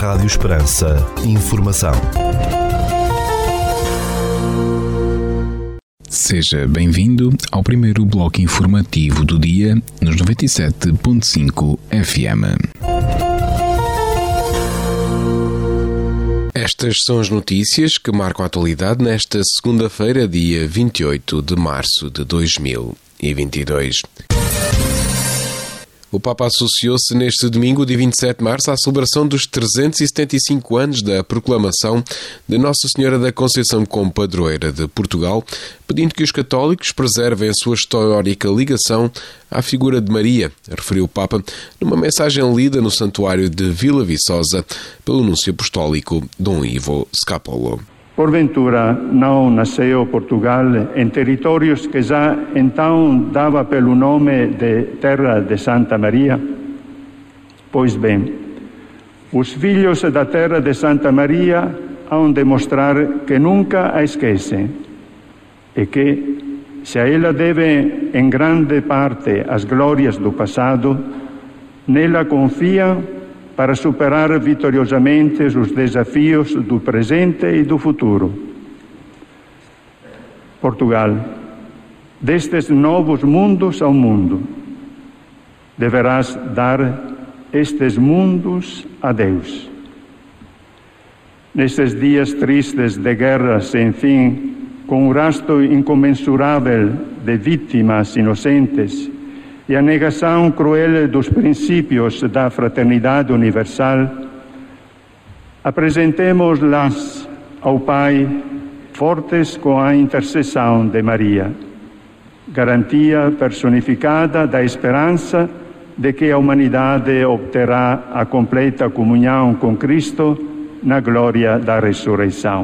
Rádio Esperança. Informação. Seja bem-vindo ao primeiro bloco informativo do dia nos 97.5 FM. Estas são as notícias que marcam a atualidade nesta segunda-feira, dia 28 de março de 2022. O Papa associou-se neste domingo, dia 27 de março, à celebração dos 375 anos da proclamação de Nossa Senhora da Conceição como padroeira de Portugal, pedindo que os católicos preservem a sua histórica ligação à figura de Maria, referiu o Papa numa mensagem lida no santuário de Vila Viçosa pelo Núncio Apostólico Dom Ivo Scapolo. Porventura não nasceu Portugal em territórios que já então dava pelo nome de Terra de Santa Maria? Pois bem, os filhos da Terra de Santa Maria hão de mostrar que nunca a esquecem e que, se a ela devem em grande parte as glórias do passado, nela confiam para superar vitoriosamente os desafios do presente e do futuro. Portugal, destes novos mundos ao mundo, deverás dar estes mundos a Deus. Nestes dias tristes de guerra sem fim, com um rasto incomensurável de vítimas inocentes, e a negação cruel dos princípios da fraternidade universal, apresentemos-las ao Pai fortes com a intercessão de Maria, garantia personificada da esperança de que a humanidade obterá a completa comunhão com Cristo na glória da ressurreição.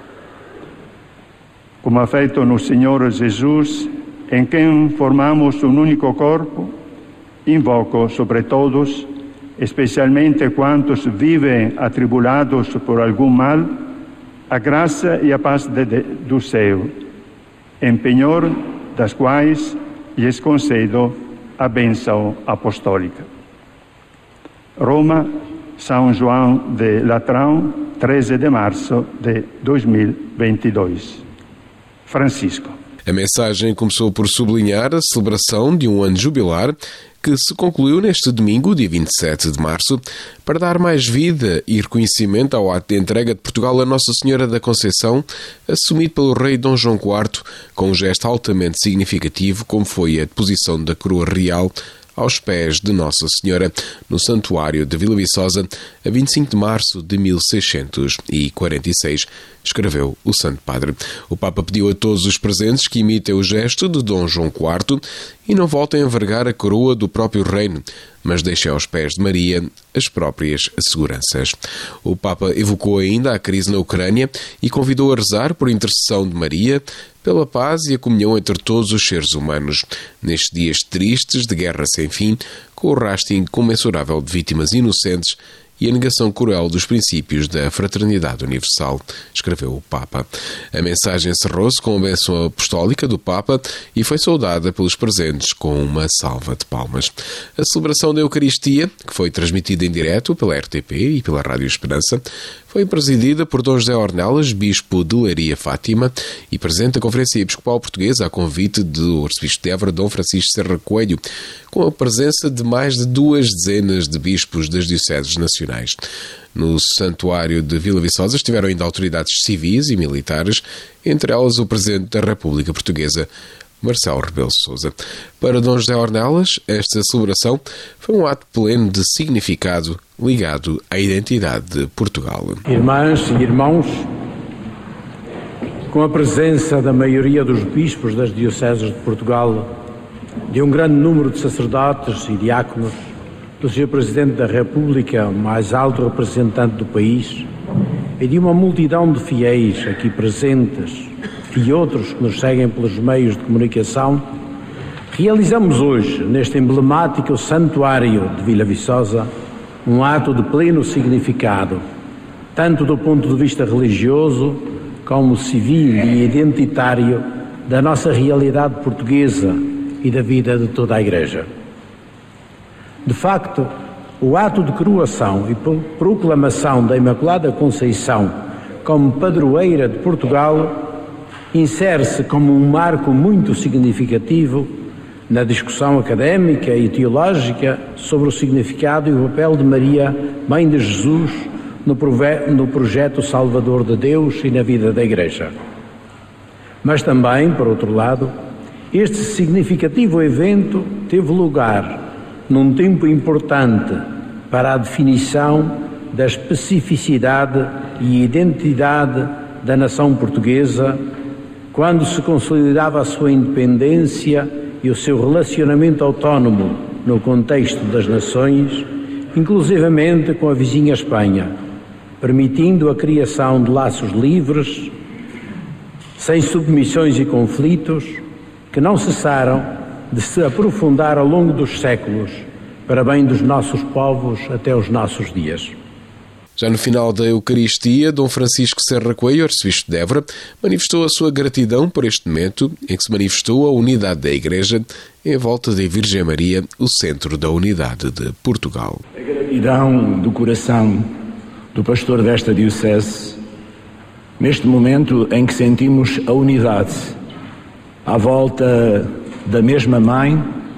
Como ha feito no Senhor Jesus, em quem formamos um único corpo, invoco sobre todos, especialmente quantos vivem atribulados por algum mal, a graça e a paz do céu, em penhor das quais lhes concedo a bênção apostólica. Roma, São João de Latrão, 13 de março de 2022. Francisco. A mensagem começou por sublinhar a celebração de um ano jubilar que se concluiu neste domingo, dia 27 de março, para dar mais vida e reconhecimento ao ato de entrega de Portugal a Nossa Senhora da Conceição, assumido pelo rei Dom João IV, com um gesto altamente significativo, como foi a deposição da coroa real aos pés de Nossa Senhora, no santuário de Vila Viçosa, a 25 de março de 1646, escreveu o Santo Padre. O Papa pediu a todos os presentes que imitem o gesto de Dom João IV e não voltem a vergar a coroa do próprio reino, mas deixem aos pés de Maria as próprias seguranças. O Papa evocou ainda a crise na Ucrânia e convidou a rezar por intercessão de Maria, pela paz e a comunhão entre todos os seres humanos, nestes dias tristes de guerra sem fim, com o rastro incomensurável de vítimas inocentes e a negação cruel dos princípios da fraternidade universal, escreveu o Papa. A mensagem encerrou-se com a bênção apostólica do Papa e foi saudada pelos presentes com uma salva de palmas. A celebração da Eucaristia, que foi transmitida em direto pela RTP e pela Rádio Esperança, foi presidida por Dom José Ornelas, bispo de Leiria Fátima, e presidente da Conferência Episcopal Portuguesa a convite do arcebispo de Évora, Dom Francisco Serra Coelho, com a presença de mais de 2 dezenas de bispos das dioceses nacionais. No santuário de Vila Viçosa estiveram ainda autoridades civis e militares, entre elas o Presidente da República Portuguesa, Marcelo Rebelo de Sousa. Para Dom José Ornelas, esta celebração foi um ato pleno de significado ligado à identidade de Portugal. Irmãs e irmãos, com a presença da maioria dos bispos das dioceses de Portugal, de um grande número de sacerdotes e diáconos, do Sr. Presidente da República, o mais alto representante do país, e de uma multidão de fiéis aqui presentes e outros que nos seguem pelos meios de comunicação, realizamos hoje, neste emblemático santuário de Vila Viçosa, um ato de pleno significado, tanto do ponto de vista religioso como civil e identitário da nossa realidade portuguesa e da vida de toda a Igreja. De facto, o ato de coroação e proclamação da Imaculada Conceição como padroeira de Portugal insere-se como um marco muito significativo na discussão académica e teológica sobre o significado e o papel de Maria, Mãe de Jesus, no projeto salvador de Deus e na vida da Igreja. Mas também, por outro lado, este significativo evento teve lugar num tempo importante para a definição da especificidade e identidade da nação portuguesa, quando se consolidava a sua independência e o seu relacionamento autónomo no contexto das nações, inclusivamente com a vizinha Espanha, permitindo a criação de laços livres, sem submissões e conflitos, que não cessaram de se aprofundar ao longo dos séculos, para bem dos nossos povos até os nossos dias. Já no final da Eucaristia, Dom Francisco Serra Coelho, arcebispo de Évora, manifestou a sua gratidão por este momento em que se manifestou a unidade da Igreja em volta da Virgem Maria, o centro da unidade de Portugal. A gratidão do coração do pastor desta diocese, neste momento em que sentimos a unidade à volta da mesma Mãe,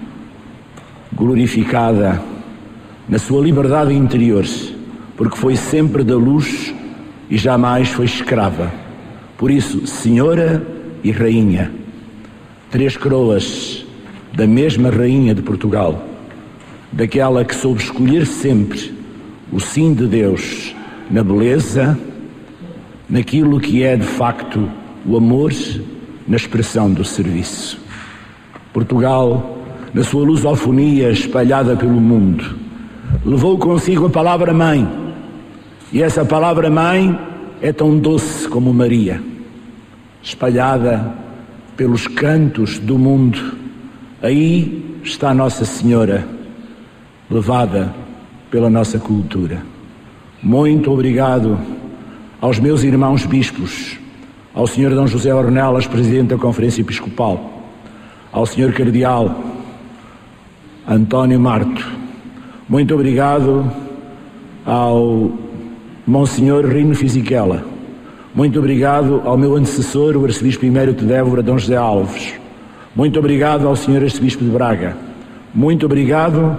glorificada na sua liberdade interior, porque foi sempre da luz e jamais foi escrava. Por isso, Senhora e Rainha, três coroas da mesma Rainha de Portugal, daquela que soube escolher sempre o sim de Deus na beleza, naquilo que é de facto o amor, na expressão do serviço. Portugal, na sua lusofonia espalhada pelo mundo, levou consigo a palavra Mãe, e essa palavra Mãe é tão doce como Maria, espalhada pelos cantos do mundo. Aí está Nossa Senhora, levada pela nossa cultura. Muito obrigado aos meus irmãos bispos, ao Sr. D. José Ornelas, Presidente da Conferência Episcopal, ao Sr. Cardeal António Marto. Muito obrigado ao Monsenhor Rino Fisichella. Muito obrigado ao meu antecessor, o Arcebispo Emérito de Évora, D. José Alves. Muito obrigado ao Sr. Arcebispo de Braga. Muito obrigado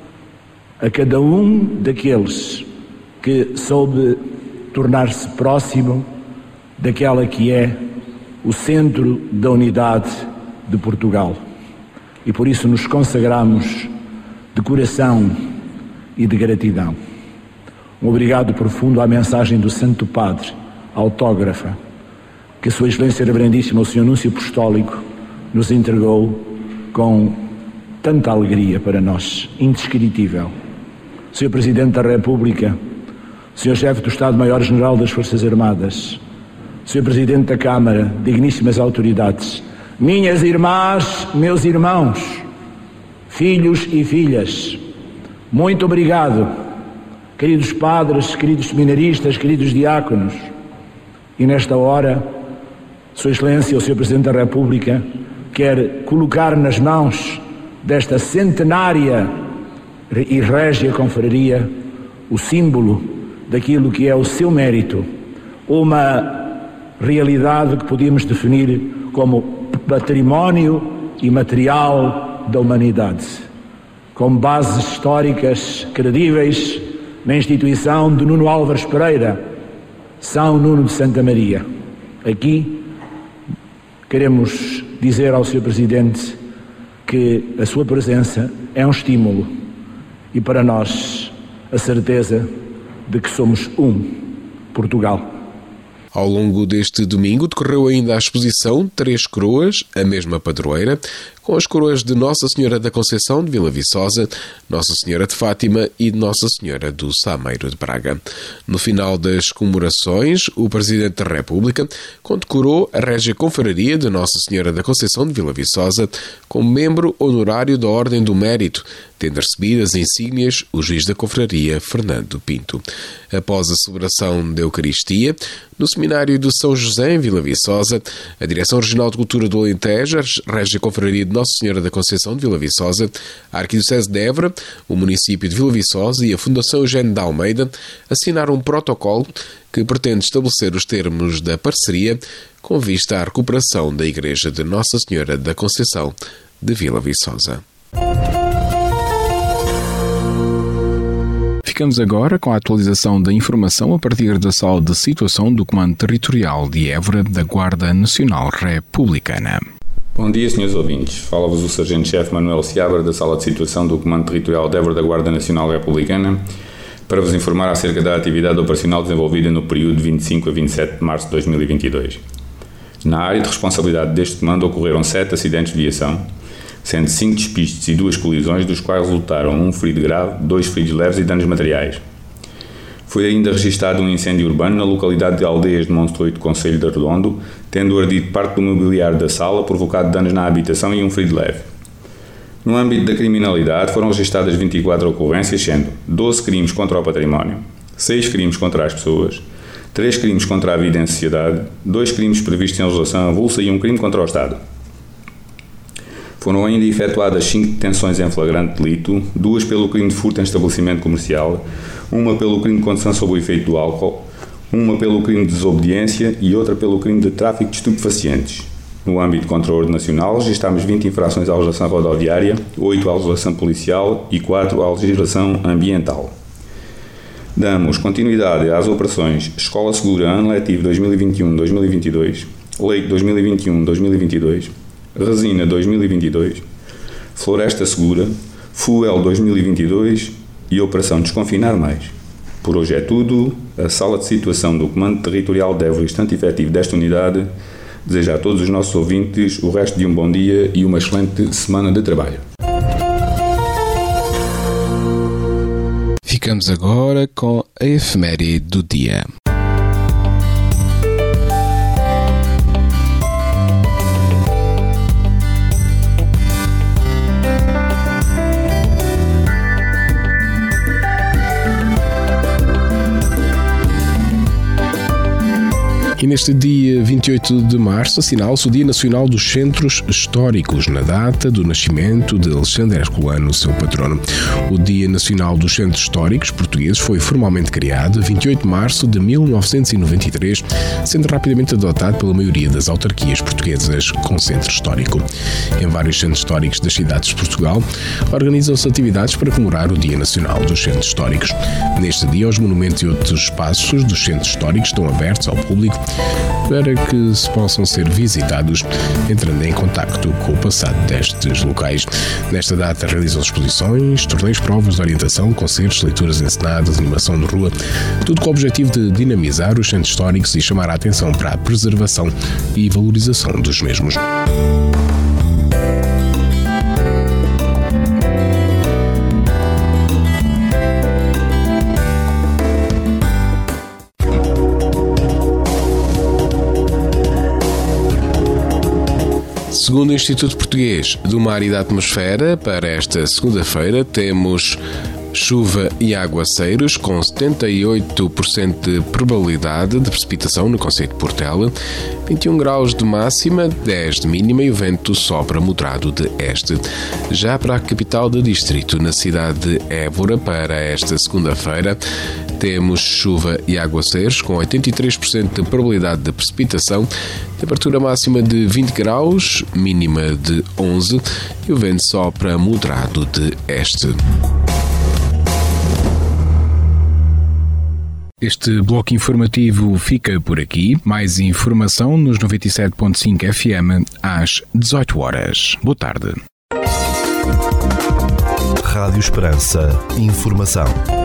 a cada um daqueles que soube tornar-se próximo daquela que é o centro da unidade de Portugal. E por isso nos consagramos de coração e de gratidão. Um obrigado profundo à mensagem do Santo Padre, autógrafa, que a Sua Excelência Reverendíssima, o Sr. Núncio Apostólico, nos entregou com tanta alegria para nós, indescritível. Sr. Presidente da República, Sr. Chefe do Estado-Maior-General das Forças Armadas, Sr. Presidente da Câmara, digníssimas autoridades, minhas irmãs, meus irmãos, filhos e filhas, muito obrigado, queridos padres, queridos seminaristas, queridos diáconos. E nesta hora, Sua Excelência, o Sr. Presidente da República, quer colocar nas mãos desta centenária e régia confraria o símbolo daquilo que é o seu mérito, uma realidade que podíamos definir como património imaterial da humanidade, com bases históricas credíveis na instituição de Nuno Álvares Pereira, São Nuno de Santa Maria. Aqui queremos dizer ao Sr. Presidente que a sua presença é um estímulo e para nós a certeza de que somos Portugal. Ao longo deste domingo decorreu ainda a exposição Três Coroas, a mesma padroeira, com as coroas de Nossa Senhora da Conceição de Vila Viçosa, Nossa Senhora de Fátima e Nossa Senhora do Sameiro de Braga. No final das comemorações, o Presidente da República condecorou a Régia Confraria de Nossa Senhora da Conceição de Vila Viçosa como membro honorário da Ordem do Mérito, tendo recebido as insígnias o juiz da Confraria, Fernando Pinto. Após a celebração da Eucaristia, no Seminário de São José, em Vila Viçosa, a Direção Regional de Cultura do Alentejo, a Régia Confraria de Nossa Senhora da Conceição de Vila Viçosa, a Arquidiocese de Évora, o município de Vila Viçosa e a Fundação Eugênio de Almeida assinaram um protocolo que pretende estabelecer os termos da parceria com vista à recuperação da Igreja de Nossa Senhora da Conceição de Vila Viçosa. Ficamos agora com a atualização da informação a partir da sala de situação do Comando Territorial de Évora da Guarda Nacional Republicana. Bom dia, senhores ouvintes. Fala-vos o Sargento-Chefe Manuel Seabra da sala de situação do Comando Territorial de Évora da Guarda Nacional Republicana para vos informar acerca da atividade operacional desenvolvida no período de 25 a 27 de março de 2022. Na área de responsabilidade deste comando ocorreram 7 acidentes de viação, sendo 5 despistes e 2 colisões, dos quais resultaram um ferido grave, 2 feridos leves e danos materiais. Foi ainda registado um incêndio urbano na localidade de Aldeias de Monstoroito, concelho de Arredondo, tendo ardido parte do mobiliário da sala, provocado danos na habitação e um ferido leve. No âmbito da criminalidade foram registadas 24 ocorrências, sendo 12 crimes contra o património, 6 crimes contra as pessoas, 3 crimes contra a vida em sociedade, 2 crimes previstos em legislação avulsa e um crime contra o Estado. Foram ainda efetuadas 5 detenções em flagrante delito, 2 pelo crime de furto em estabelecimento comercial, 1 pelo crime de condução sob o efeito do álcool, 1 pelo crime de desobediência e outra pelo crime de tráfico de estupefacientes. No âmbito contra a ordem nacional, registámos 20 infrações à legislação rodoviária, 8 à legislação policial e 4 à legislação ambiental. Damos continuidade às operações Escola Segura Ano Letivo 2021-2022, Leite 2021-2022, Resina 2022, Floresta Segura, Fuel 2022 e Operação Desconfinar Mais. Por hoje é tudo. A sala de situação do Comando Territorial de Évora, instante efetivo desta unidade, deseja a todos os nossos ouvintes o resto de um bom dia e uma excelente semana de trabalho. Ficamos agora com a efeméride do dia. E neste dia 28 de março assinala-se o Dia Nacional dos Centros Históricos, na data do nascimento de Alexandre Herculano, seu patrono. O Dia Nacional dos Centros Históricos Portugueses foi formalmente criado a 28 de março de 1993, sendo rapidamente adotado pela maioria das autarquias portuguesas com centro histórico. Em vários centros históricos das cidades de Portugal, organizam-se atividades para comemorar o Dia Nacional dos Centros Históricos. Neste dia, os monumentos e outros espaços dos centros históricos estão abertos ao público para que se possam ser visitados, entrando em contacto com o passado destes locais. Nesta data realizam exposições, torneios, provas de orientação, concertos, leituras encenadas, animação de rua, tudo com o objetivo de dinamizar os centros históricos e chamar a atenção para a preservação e valorização dos mesmos. Segundo o Instituto Português do Mar e da Atmosfera, para esta segunda-feira temos chuva e aguaceiros com 78% de probabilidade de precipitação no concelho de Portela, 21 graus de máxima, 10 de mínima e o vento sopra moderado de este. Já para a capital do distrito, na cidade de Évora, para esta segunda-feira, temos chuva e aguaceiros com 83% de probabilidade de precipitação, temperatura máxima de 20 graus, mínima de 11 e o vento sopra moderado de este. Este bloco informativo fica por aqui. Mais informação nos 97.5 FM às 18 horas. Boa tarde. Rádio Esperança. Informação.